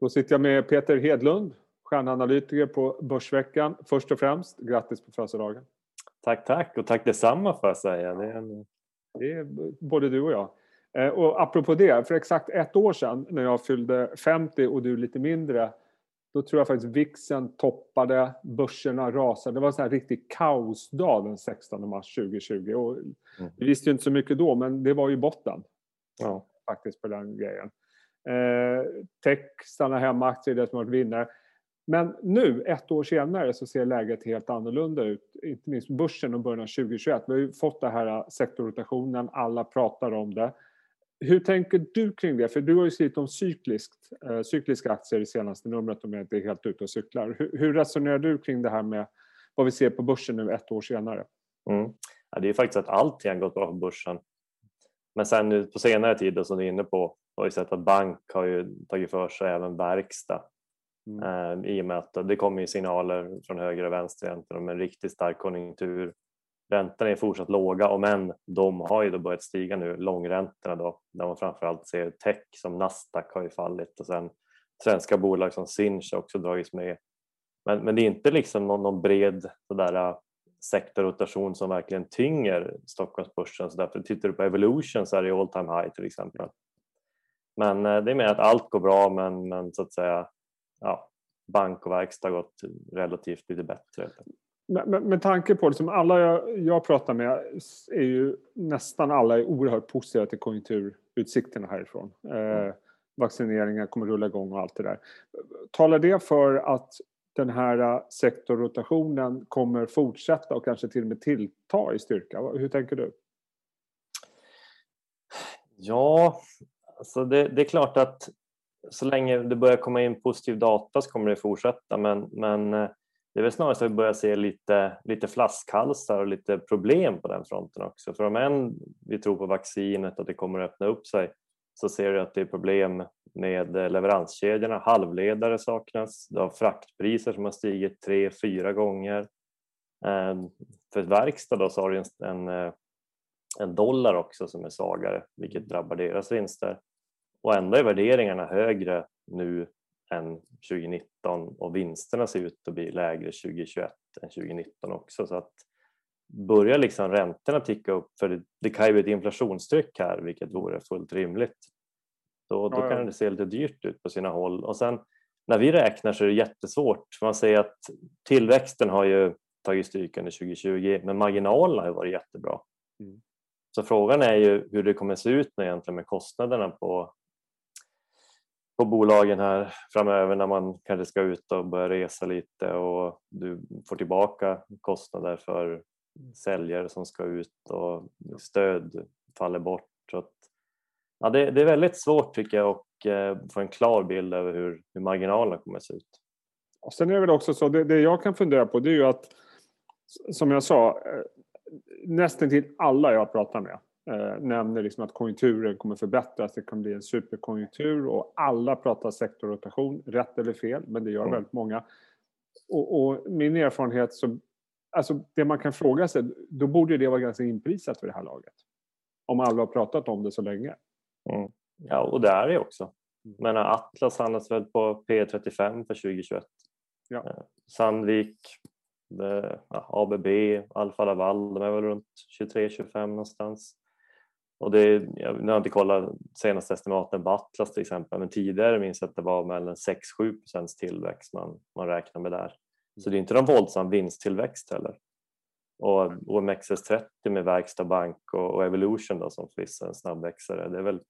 Då sitter jag med Peter Hedlund, stjärnanalytiker på Börsveckan. Först och främst, grattis på födelsedagen. Tack och tack detsamma får jag säga. Det är både du och jag. Och apropå det, för exakt ett år sedan när jag fyllde 50 och du lite mindre, då tror jag faktiskt VIXen toppade, börserna rasade. Det var en sån här riktig kaosdag den 16 mars 2020. Och vi visste ju inte så mycket då, men det var ju botten. Ja. Faktiskt på den grejen. Tech stannar hemma, aktier det som har varit vinnare. Men nu, ett år senare, så ser läget helt annorlunda ut. Inte minst börsen och början av 2021. Vi har ju fått det här sektorrotationen, alla pratar om det. Hur tänker du kring det? För du har ju skrivit om cykliska aktier i senaste numret om jag inte är helt ute och cyklar. Hur resonerar du kring det här med vad vi ser på börsen nu ett år senare? Ja, det är ju faktiskt att allting har gått bra på börsen. Men sen nu på senare tid som du är inne på har vi sett att bank har ju tagit för sig även verkstad. I och med att det kommer ju signaler från höger och vänster egentligen om en riktigt stark konjunktur. Räntorna är fortsatt låga, men de har ju då börjat stiga nu, långräntorna då, där man framförallt ser tech som Nasdaq har ju fallit och sen svenska bolag som Sinch har också dragits med. Men det är inte liksom någon bred sådär sektorrotation som verkligen tynger Stockholmsbörsen, så därför tittar du på Evolution så är det all time high till exempel. Men det är med att allt går bra, men så att säga ja, bank och verkstad har gått relativt lite bättre. Med tanke på liksom alla jag pratar med är ju nästan alla är oerhört positiva till konjunkturutsikterna härifrån. Vaccineringar kommer rulla igång och allt det där. Talar det för att den här sektorrotationen kommer fortsätta och kanske till och med tillta i styrka? Hur tänker du? Ja, alltså det är klart att så länge det börjar komma in positiv data så kommer det fortsätta, men det är väl snarast att vi börjar se lite flaskhalsar och lite problem på den fronten också. För om vi tror på vaccinet och det kommer att öppna upp sig, så ser vi att det är problem med leveranskedjorna. Halvledare saknas, det har fraktpriser som har stigit 3-4 gånger. För ett verkstad då så har du en dollar också som är svagare, vilket drabbar deras vinster. Och ändå är värderingarna högre nu än 2019 och vinsterna ser ut att bli lägre 2021 än 2019 också. Så att börjar liksom räntorna ticka upp, för det kan ju bli ett inflationstryck här, vilket vore fullt rimligt. Då kan det se lite dyrt ut på sina håll. Och sen när vi räknar så är det jättesvårt. Man säger att tillväxten har ju tagit stryk under 2020, men marginalerna har varit jättebra. Så frågan är ju hur det kommer se ut nu egentligen med kostnaderna på bolagen här framöver, när man kanske ska ut och börja resa lite och du får tillbaka kostnader för säljare som ska ut och stöd faller bort. Så att, ja, det är väldigt svårt tycker jag att få en klar bild över hur marginalerna kommer att se ut. Och sen är det väl också så, det jag kan fundera på det är ju att, som jag sa, nästan till alla jag pratar med nämner liksom att konjunkturen kommer förbättras, det kan bli en superkonjunktur och alla pratar sektorrotation, rätt eller fel, men det gör väldigt många. Och min erfarenhet, så, alltså det man kan fråga sig, då borde det vara ganska inprisat för det här laget. Om alla har pratat om det så länge. Ja, och det är det också. Men Atlas handlas väl på P35 för 2021. Ja. Sandvik, ABB, Alfa Laval, de är väl runt 23-25 någonstans. Och nu har jag inte kollat senaste estimaten på Atlas till exempel, men tidigare minns jag att det var mellan 6-7% tillväxt man räknar med där. Så det är inte någon våldsam vinsttillväxt heller. Och OMXS30 med verkstad, bank och Evolution då, som förvisso en snabbväxare, det är väl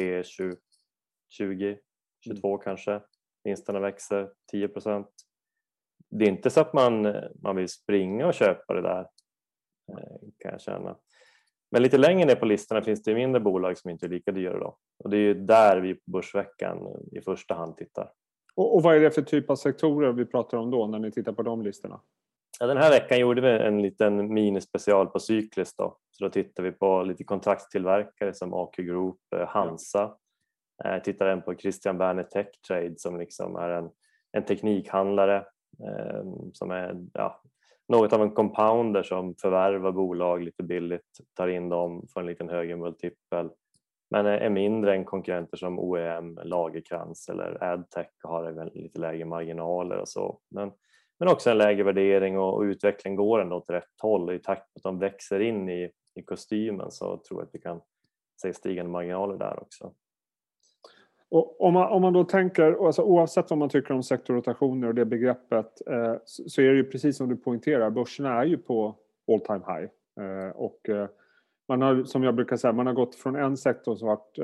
P20, 22 kanske. Vinsterna växer 10%. Det är inte så att man vill springa och köpa det där, kan jag känna. Men lite längre ner på listorna finns det mindre bolag som inte är lika dyra då. Och det är ju där vi på Börsveckan i första hand tittar. Och vad är det för typ av sektorer vi pratar om då när ni tittar på de listorna? Ja, den här veckan gjorde vi en liten minispecial på cykliskt då. Så då tittar vi på lite kontraktstillverkare som AQ Group, Hansa. Tittar även på Christian Berner Tech Trade som liksom är en teknikhandlare som är något av en compounder som förvärvar bolag lite billigt, tar in dem för en liten högre multipel. men är mindre än konkurrenter som OEM, Lagercrantz eller AdTech och har lite lägre marginaler och så. Men också en lägre värdering och utvecklingen går ändå åt rätt håll. I takt med att de växer in i kostymen så tror jag att vi kan se stigande marginaler där också. Och om man då tänker, alltså oavsett vad man tycker om sektorrotationer och det begreppet, så är det ju precis som du poängterar, börserna är ju på all time high. Och man har, som jag brukar säga, man har gått från en sektor som varit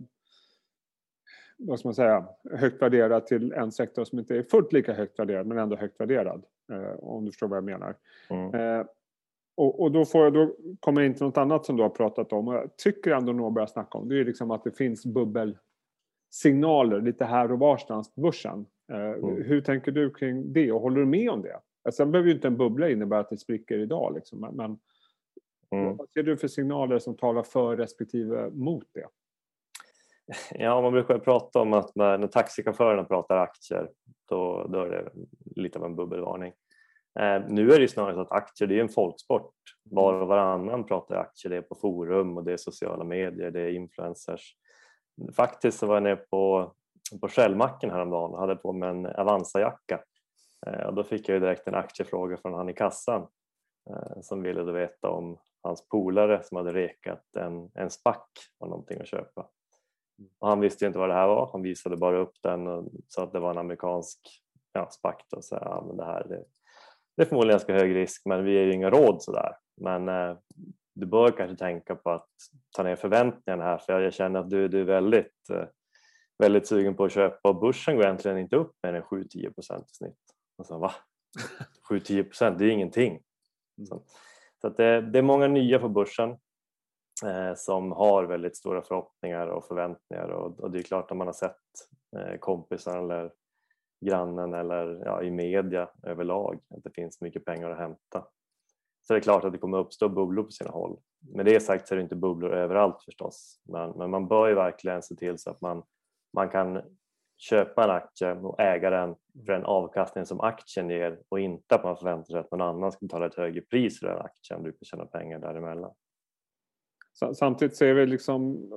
vad ska man säga, högt värderad till en sektor som inte är fullt lika högt värderad men ändå högt värderad, om du förstår vad jag menar. Och då kommer jag in till något annat som du har pratat om, och jag tycker ändå nog börja snacka om, det är liksom att det finns bubbelsignaler lite här och varstans på börsen. Hur tänker du kring det, och håller du med om det? Sen behöver ju inte en bubbla innebära att det spricker idag liksom, men vad ser du för signaler som talar för respektive mot det? Ja, man brukar prata om att när taxichaufförerna pratar aktier då är det lite av en bubbelvarning. Nu är det snarare så att aktier, det är en folksport. Var och varannan pratar aktier, det är på forum och det är sociala medier, det är influencers. Faktiskt så var jag nere på Shellmacken häromdagen och hade på mig en Avanza-jacka. Och då fick jag ju direkt en aktiefråga från han i kassan som ville då veta om hans polare som hade rekat en SPAC var någonting att köpa. Och han visste ju inte vad det här var. Han visade bara upp den och sa att det var en amerikansk SPAC. Och så men det här det är förmodligen ganska hög risk, men vi är ju inga råd sådär. Men du bör kanske tänka på att ta ner förväntningarna här, för jag känner att du är väldigt sugen på att köpa, och börsen går egentligen inte upp mer än 7-10% i snitt. Och så, va? 7-10%, det är ingenting. Så att det är många nya på börsen som har väldigt stora förhoppningar och förväntningar, och det är klart att man har sett kompisar eller grannen eller i media överlag att det finns mycket pengar att hämta. Så det är klart att det kommer uppstå bubblor på sina håll. Med det sagt så är det inte bubblor överallt förstås, men man bör ju verkligen se till så att man kan köpa en aktie och äga den för en avkastning som aktien ger, och inte att man förväntar sig att någon annan ska betala ett högre pris för den aktien. Du kan tjäna pengar däremellan. Samtidigt ser vi liksom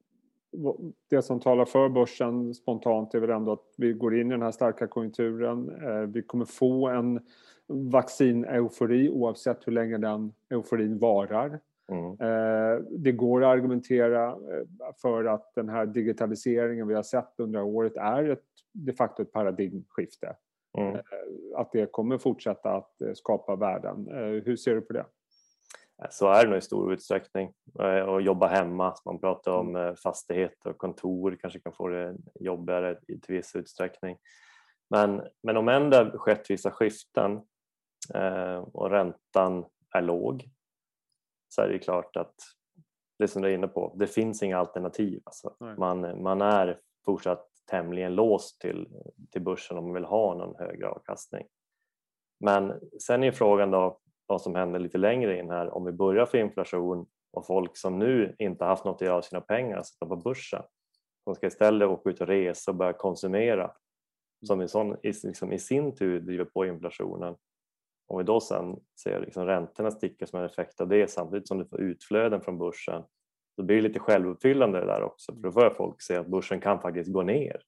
det som talar för börsen spontant är väl ändå att vi går in i den här starka konjunkturen. Vi kommer få en vaccineufori oavsett hur länge den euforin varar. Det går att argumentera för att den här digitaliseringen vi har sett under året är de facto ett paradigmskifte. Att det kommer fortsätta att skapa värden. Hur ser du på det? Så är det nog i stor utsträckning. Och jobba hemma, man pratar om fastigheter och kontor, kanske kan få det jobbigare i till viss utsträckning. Men om ändå har skett vissa skiften och räntan är låg, så är det klart att det som du är inne på, det finns inga alternativ. Alltså. Man är fortsatt tämligen låst till börsen om man vill ha någon högre avkastning. Men sen är frågan då vad som händer lite längre in här, om vi börjar få inflation och folk som nu inte haft något att göra av sina pengar sätta på börsen. De ska istället åka ut och resa och börja konsumera, som i sin tur driver på inflationen. Om vi då sen ser liksom räntorna sticka som en effekt av det, samtidigt som du får utflöden från börsen, så blir det lite självuppfyllande det där också. För då får folk se att börsen kan faktiskt gå ner.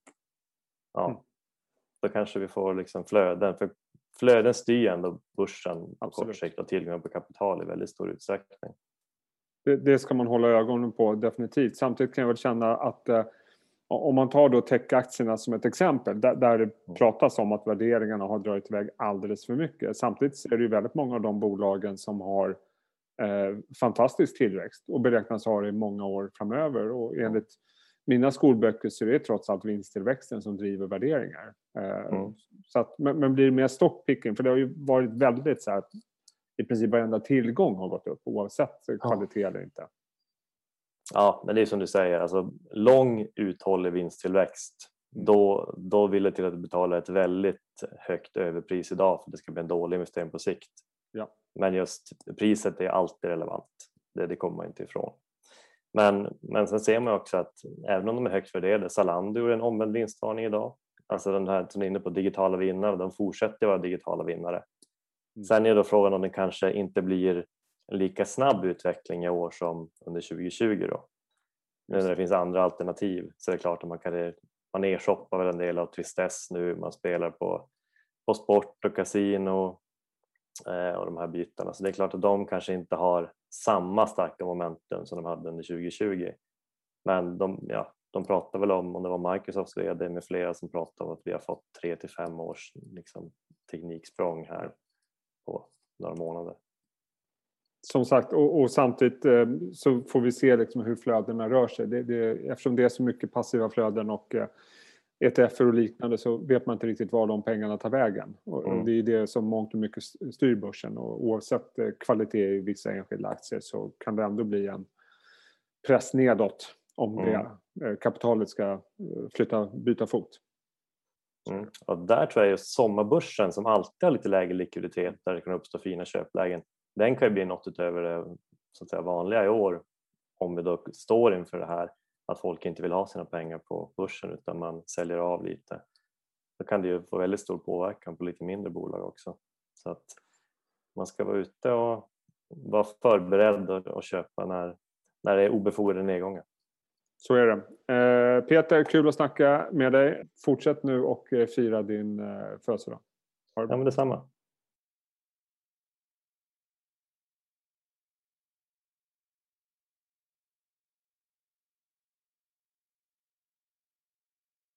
Då kanske vi får liksom flöden. För flöden styr ändå börsen på kort sikt och tillgången på kapital i väldigt stor utsträckning. Det ska man hålla ögonen på definitivt. Samtidigt kan jag väl känna att om man tar då techaktierna som ett exempel, där det pratas om att värderingarna har dragit iväg alldeles för mycket. Samtidigt är det ju väldigt många av de bolagen som har fantastisk tillväxt och beräknas ha det i många år framöver. Och enligt mina skolböcker så är det trots allt vinsttillväxten som driver värderingar. Så att, men blir det mer stockpicking? För det har ju varit väldigt så här att i princip varenda tillgång har gått upp oavsett kvalitet eller inte. Ja, men det är som du säger, alltså lång uthållig vinsttillväxt, då vill det till att betala ett väldigt högt överpris idag för att det ska bli en dålig investering på sikt. Ja. Men just priset är alltid relevant, det kommer man inte ifrån. Men sen ser man också att även om de är högt värderade, Zalando är en omvänd vinstvarning idag. Alltså den här som är inne på digitala vinnare, de fortsätter vara digitala vinnare. Sen är då frågan om det kanske inte blir en lika snabb utveckling i år som under 2020 då. Nu när det finns andra alternativ så är det klart att man e-shoppar väl en del av Tristess nu. Man spelar på sport och kasino och de här bytena. Så det är klart att de kanske inte har samma starka momentum som de hade under 2020. Men de pratar väl om det var Microsofts vd med flera som pratar om att vi har fått 3 till 5 års liksom, tekniksprång här på några månader. Som sagt, och samtidigt så får vi se liksom hur flödena rör sig. Eftersom det är så mycket passiva flöden och ETFer och liknande så vet man inte riktigt var de pengarna tar vägen. Och det är det som mångt och mycket styr börsen. Och oavsett kvalitet i vissa enskilda aktier så kan det ändå bli en press nedåt om det kapitalet ska byta fot. Och där tror jag just sommarbörsen som alltid har lite lägre likviditet där det kan uppstå fina köplägen. Den kan ju bli något utöver det så att säga, vanliga i år om vi då står inför det här att folk inte vill ha sina pengar på börsen utan man säljer av lite. Då kan det ju få väldigt stor påverkan på lite mindre bolag också. Så att man ska vara ute och vara förberedd och köpa när det är obefogade nedgångar. Så är det. Peter, kul att snacka med dig. Fortsätt nu och fira din födelsedag. Ja, men detsamma.